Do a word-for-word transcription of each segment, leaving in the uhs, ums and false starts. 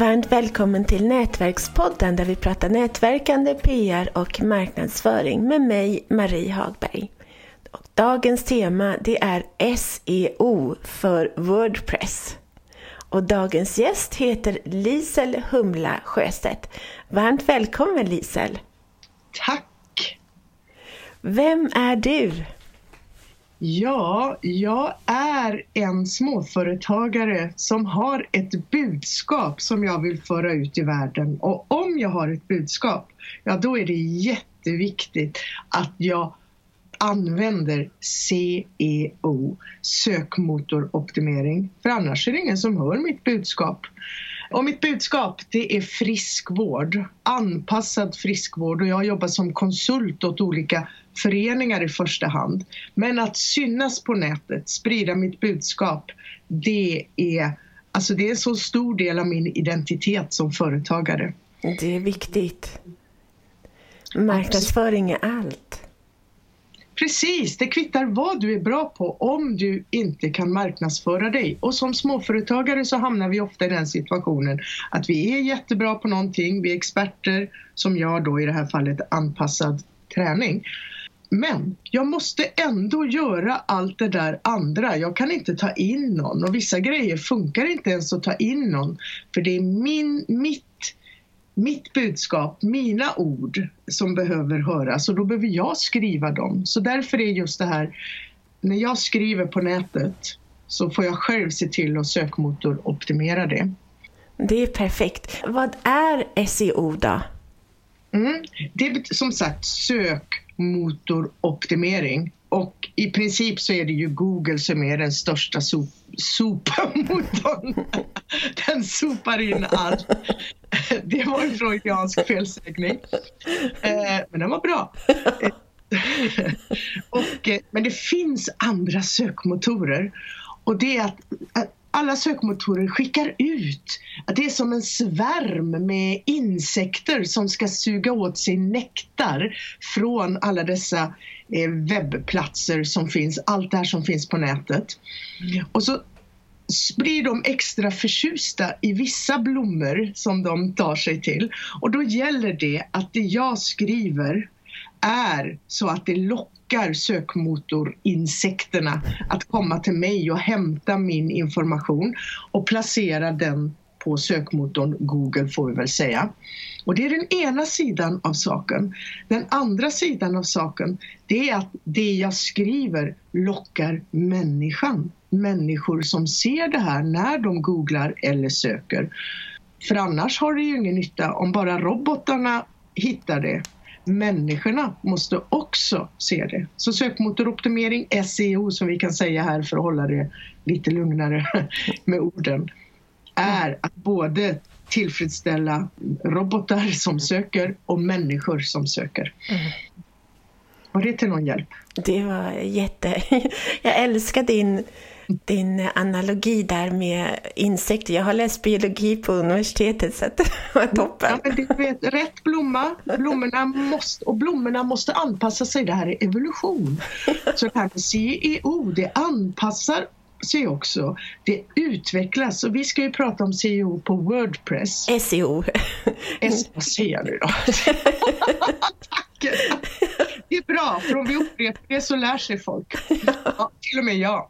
Varmt välkommen till Nätverkspodden där vi pratar nätverkande, P R och marknadsföring med mig, Marie Hagberg. Och dagens tema det är S E O för WordPress. Och dagens gäst heter Lisel Humla Sjöstedt. Varmt välkommen Lisel. Tack. Vem är du? Ja, jag är en småföretagare som har ett budskap som jag vill föra ut i världen. Och om jag har ett budskap, ja då är det jätteviktigt att jag använder C E O, sökmotoroptimering. För annars är det ingen som hör mitt budskap. Och mitt budskap det är friskvård, anpassad friskvård, och jag jobbar som konsult åt olika föreningar i första hand. Men att synas på nätet, sprida mitt budskap, det är, alltså det är en så stor del av min identitet som företagare. Det är viktigt. Marknadsföring är allt. Precis, det kvittar vad du är bra på om du inte kan marknadsföra dig. Och som småföretagare så hamnar vi ofta i den situationen att vi är jättebra på någonting, vi är experter som jag då i det här fallet anpassad träning. Men jag måste ändå göra allt det där andra. Jag kan inte ta in någon och vissa grejer funkar inte ens att ta in någon. För det är min, mitt Mitt budskap, mina ord som behöver höras, och då behöver jag skriva dem. Så därför är just det här, när jag skriver på nätet så får jag själv se till att sökmotoroptimera det. Det är perfekt. Vad är S E O då? Mm, det är som sagt sökmotoroptimering. Och i princip så är det ju Google som är den största sop- sopmotorn. Den sopar in allt. Det var en freudiansk felsägning. Eh, men den var bra. och, men det finns andra sökmotorer. Och det är att, att alla sökmotorer skickar ut att det är som en svärm med insekter som ska suga åt sig nektar från alla dessa eh, webbplatser som finns, allt det här som finns på nätet. Och så blir de extra förtjusta i vissa blommor som de tar sig till. Och då gäller det att det jag skriver är så att det lockar sökmotorinsekterna att komma till mig och hämta min information och placera den på sökmotorn Google, får vi väl säga. Och det är den ena sidan av saken. Den andra sidan av saken, det är att det jag skriver lockar människan. Människor som ser det här när de googlar eller söker. För annars har det ju ingen nytta om bara robotarna hittar det. Människorna måste också se det. Så sökmotoroptimering, S E O som vi kan säga här för att hålla det lite lugnare med orden, är att både tillfredsställa robotar som söker och människor som söker. Mm. Var det till någon hjälp? Det var jätte... Jag älskar din, din analogi där med insekter. Jag har läst biologi på universitetet så det var toppen. Ja, men det vet, rätt blomma. Blommorna måste, och blommorna måste anpassa sig. Det här är evolution. Så det här med C E O, det anpassar sig också. Det utvecklas. Och vi ska ju prata om C E O på WordPress. S E O. S- vad säger jag nu då? Tack! Det är bra, för om vi upprepar det så lär sig folk. Ja, till och med jag.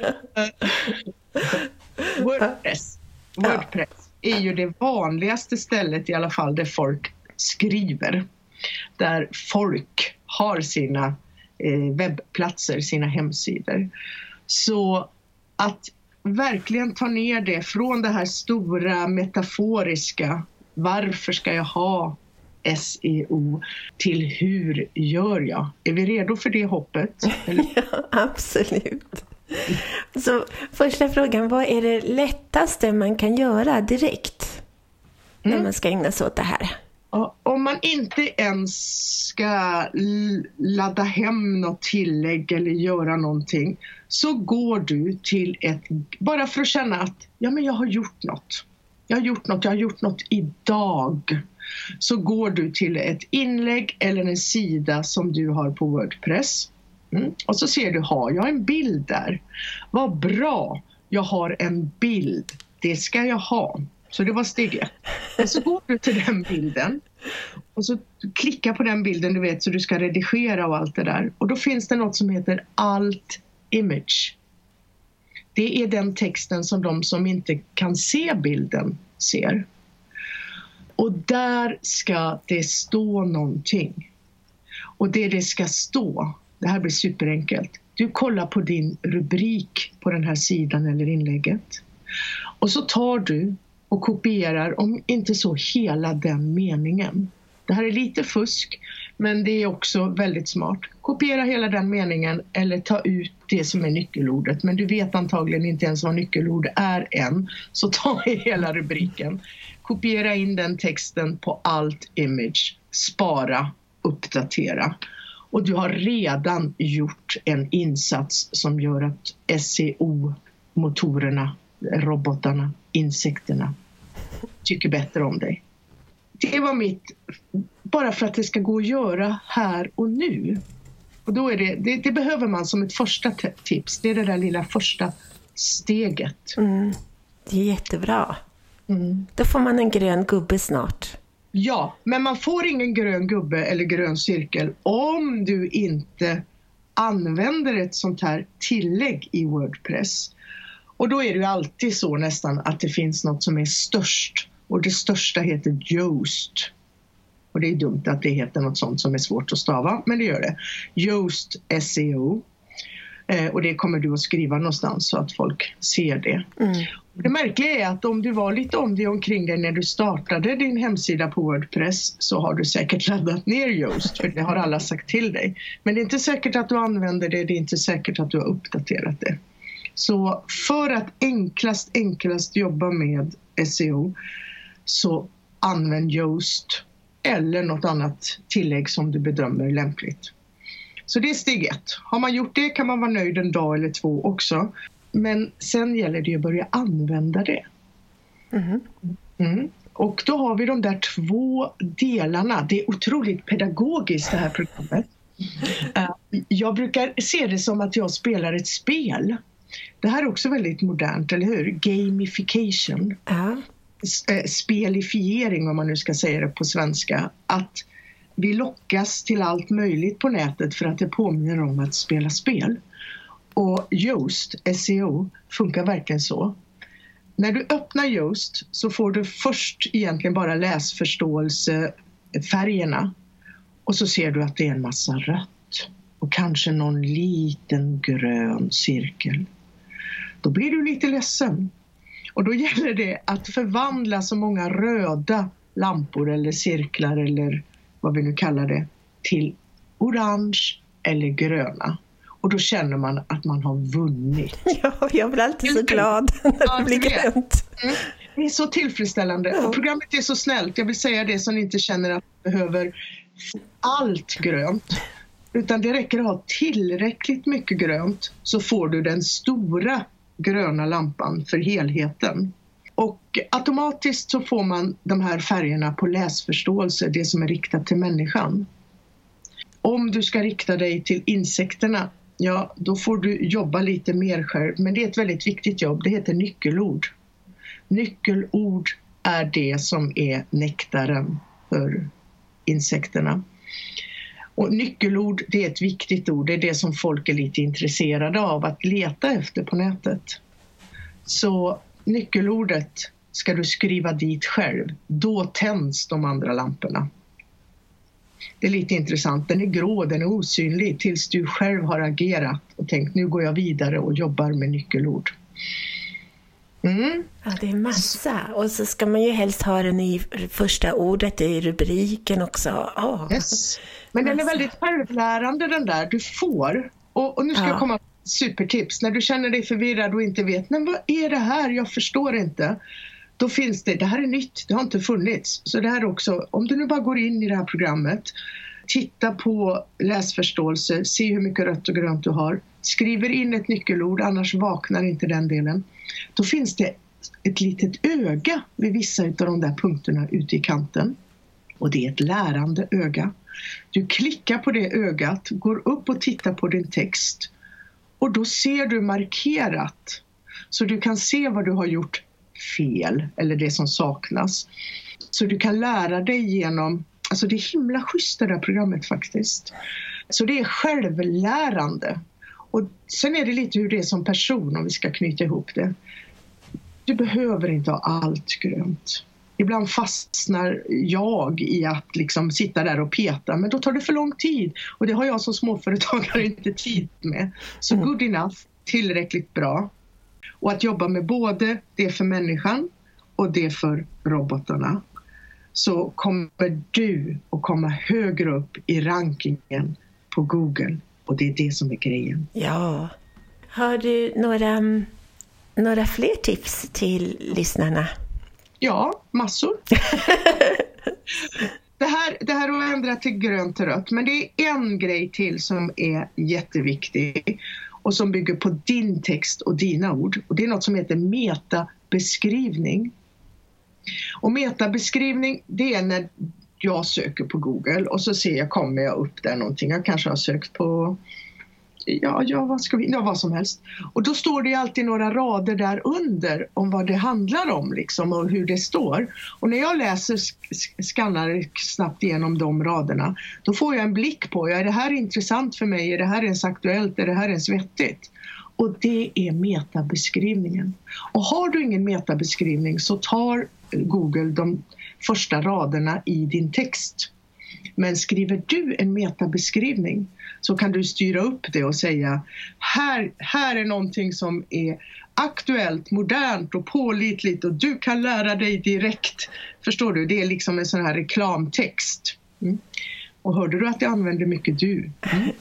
WordPress. WordPress är ju det vanligaste stället i alla fall där folk skriver. Där folk har sina webbplatser, sina hemsidor. Så att verkligen ta ner det från det här stora metaforiska, varför ska jag ha S E O, till hur gör jag? Är vi redo för det hoppet? Eller? Ja, absolut. Så första frågan, vad är det lättaste man kan göra direkt när mm. man ska ägna sig åt det här? Om man inte ens ska ladda hem något tillägg eller göra någonting, så går du till ett, bara för att känna att ja, men jag har gjort något. Jag har gjort något, jag har gjort något idag. Så går du till ett inlägg eller en sida som du har på WordPress. Mm. Och så ser du, har jag en bild där? Vad bra, jag har en bild. Det ska jag ha. Så det var steg ett. Och så går du till den bilden. Och så klicka på den bilden, du vet, så du ska redigera och allt det där. Och då finns det något som heter Alt Image. Det är den texten som de som inte kan se bilden ser. Och där ska det stå någonting. Och det det ska stå, det här blir superenkelt. Du kollar på din rubrik på den här sidan eller inlägget. Och så tar du och kopierar, om inte så hela den meningen. Det här är lite fusk, men det är också väldigt smart. Kopiera hela den meningen eller ta ut det som är nyckelordet. Men du vet antagligen inte ens vad nyckelord är än. Så ta i hela rubriken. Kopiera in den texten på Alt Image. Spara, uppdatera. Och du har redan gjort en insats som gör att S E O-motorerna, robotarna, insekterna tycker bättre om dig. Det var mitt, bara för att det ska gå att göra här och nu. Och då är det, det, det behöver man som ett första t- tips. Det är det där lilla första steget. Mm, det är jättebra. Mm. Då får man en grön gubbe snart. Ja, men man får ingen grön gubbe eller grön cirkel om du inte använder ett sånt här tillägg i WordPress. Och då är det ju alltid så nästan att det finns något som är störst. Och det största heter Yoast. Och det är dumt att det heter något sånt som är svårt att stava, men det gör det. Yoast S E O. Eh, och det kommer du att skriva någonstans så att folk ser det. Mm. Det märkliga är att om du var lite om dig omkring dig när du startade din hemsida på WordPress, så har du säkert laddat ner Yoast, för det har alla sagt till dig. Men det är inte säkert att du använder det, det är inte säkert att du har uppdaterat det. Så för att enklast, enklast jobba med S E O, så använd Yoast eller något annat tillägg som du bedömer lämpligt. Så det är steg ett. Har man gjort det kan man vara nöjd en dag eller två också. Men sen gäller det att börja använda det. Mm. Mm. Och då har vi de där två delarna. Det är otroligt pedagogiskt det här programmet. Jag brukar se det som att jag spelar ett spel. Det här är också väldigt modernt, eller hur? Gamification. Uh-huh. Spelifiering, om man nu ska säga det på svenska. Att vi lockas till allt möjligt på nätet för att det påminner om att spela spel. Och Yoast, S E O, funkar verkligen så. När du öppnar Yoast så får du först egentligen bara läsförståelsefärgerna. Och så ser du att det är en massa rött. Och kanske någon liten grön cirkel. Då blir du lite ledsen. Och då gäller det att förvandla så många röda lampor eller cirklar eller vad vi nu kallar det till orange eller gröna. Och då känner man att man har vunnit. Ja, jag blir alltid så glad när ja, det blir grönt. Mm. Det är så tillfredsställande. Ja. Och programmet är så snällt. Jag vill säga det, som ni inte känner att man behöver allt grönt. Utan det räcker att ha tillräckligt mycket grönt, så får du den stora gröna lampan för helheten. Och automatiskt så får man de här färgerna på läsförståelse, det som är riktat till människan. Om du ska rikta dig till insekterna, ja, då får du jobba lite mer själv. Men det är ett väldigt viktigt jobb, det heter nyckelord. Nyckelord är det som är nektaren för insekterna. Och nyckelord, det är ett viktigt ord, det är det som folk är lite intresserade av att leta efter på nätet. Så nyckelordet ska du skriva dit själv, då tänds de andra lamporna. Det är lite intressant, den är grå, den är osynlig tills du själv har agerat och tänkt nu går jag vidare och jobbar med nyckelord. Mm. Ja, det är massa. Och så ska man ju helst ha den i första ordet i rubriken också. Oh. Yes. Men den är väldigt självlärande den där. Du får, och, och nu ska ja. jag komma med supertips. När du känner dig förvirrad och inte vet, men vad är det här? Jag förstår inte. Då finns det, det här är nytt, det har inte funnits. Så det här också, om du nu bara går in i det här programmet, titta på läsförståelse, se hur mycket rött och grönt du har. Skriver in ett nyckelord, annars vaknar inte den delen. Då finns det ett litet öga vid vissa av de där punkterna ute i kanten. Och det är ett lärande öga. Du klickar på det ögat, går upp och tittar på din text. Och då ser du markerat. Så du kan se vad du har gjort fel eller det som saknas. Så du kan lära dig genom, alltså det är himla schysst det där programmet faktiskt. Så det är självlärande. Och sen är det lite hur det är som person om vi ska knyta ihop det. Du behöver inte ha allt grönt. Ibland fastnar jag i att liksom sitta där och peta, men då tar det för lång tid. Och det har jag som småföretagare inte tid med. Så good enough, tillräckligt bra. Och att jobba med både det för människan och det för robotarna. Så kommer du att komma högre upp i rankingen på Google. Och det är det som är grejen. Ja. Har du några, några fler tips till lyssnarna? Ja, massor. det, här, det här att ändra till grönt till rött. Men det är en grej till som är jätteviktig. Och som bygger på din text och dina ord. Och det är något som heter metabeskrivning. Och metabeskrivning, det är när jag söker på Google och så ser jag, kommer jag upp där någonting. Jag kanske har sökt på, ja, ja, vad ska vi, ja, vad som helst. Och då står det alltid några rader där under om vad det handlar om liksom och hur det står. Och när jag läser, skannar snabbt igenom de raderna, då får jag en blick på, ja, är det här intressant för mig? Är det här ens aktuellt? Är det här ens vettigt? Och det är metabeskrivningen. Och har du ingen metabeskrivning så tar Google de första raderna i din text. Men skriver du en metabeskrivning så kan du styra upp det och säga här, här är någonting som är aktuellt, modernt och pålitligt och du kan lära dig direkt. Förstår du? Det är liksom en sån här reklamtext. Mm. Och hörde du att jag använder mycket du? Mm.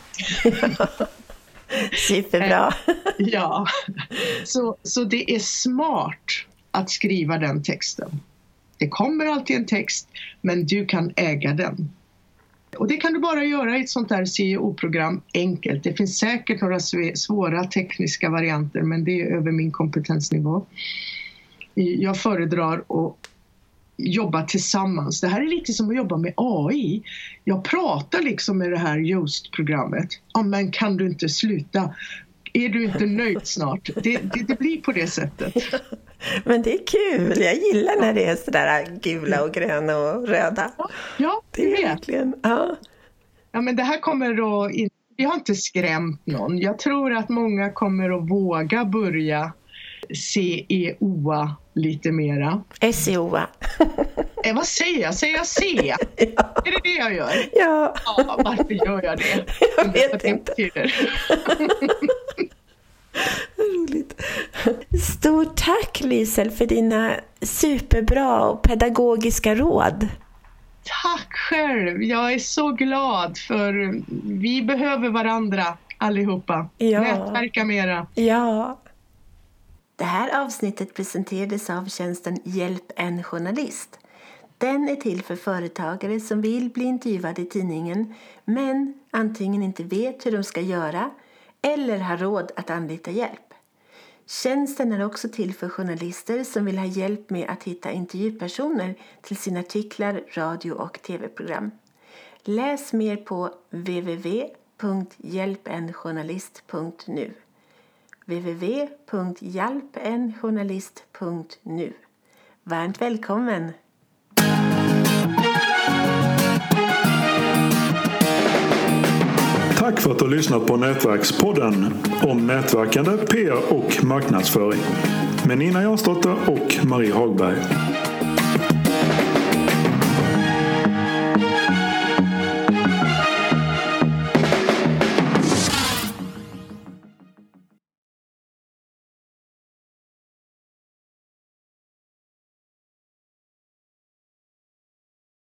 Superbra. Ja, så, så det är smart att skriva den texten. Det kommer alltid en text, men du kan äga den. Och det kan du bara göra i ett sånt där C E O-program enkelt. Det finns säkert några svåra tekniska varianter, men det är över min kompetensnivå. Jag föredrar att jobba tillsammans. Det här är lite som att jobba med A I. Jag pratar liksom med det här Yoast-programmet. Ja, men kan du inte sluta? Är du inte nöjd snart? Det, det, det blir på det sättet. Men det är kul. Jag gillar när det är sådär gula och gröna och röda. Ja, ja det är verkligen. Ja. Ja, men det här kommer då in. Vi har inte skrämt någon. Jag tror att många kommer att våga börja C E O-a lite mera. S E O-a. Eh, vad säger jag? Säger jag C? Ja. Är det det jag gör? Ja. Ja, varför gör jag det? Jag vet inte. Roligt. Stort tack Lisel för dina superbra och pedagogiska råd. Tack själv. Jag är så glad för vi behöver varandra allihopa. Ja. Nätverka mera. Ja. Det här avsnittet presenterades av tjänsten Hjälp en journalist. Den är till för företagare som vill bli intervjuade i tidningen men antingen inte vet hur de ska göra eller har råd att anlita hjälp. Tjänsten är också till för journalister som vill ha hjälp med att hitta intervjupersoner till sina artiklar, radio- och tv-program. Läs mer på w w w punkt hjälp en journalist punkt nu. w w w punkt hjälp en journalist punkt nu. Varmt välkommen! Tack för att du har lyssnat på Nätverkspodden om nätverkande, P R och marknadsföring med Nina Jansdotter och Marie Hagberg.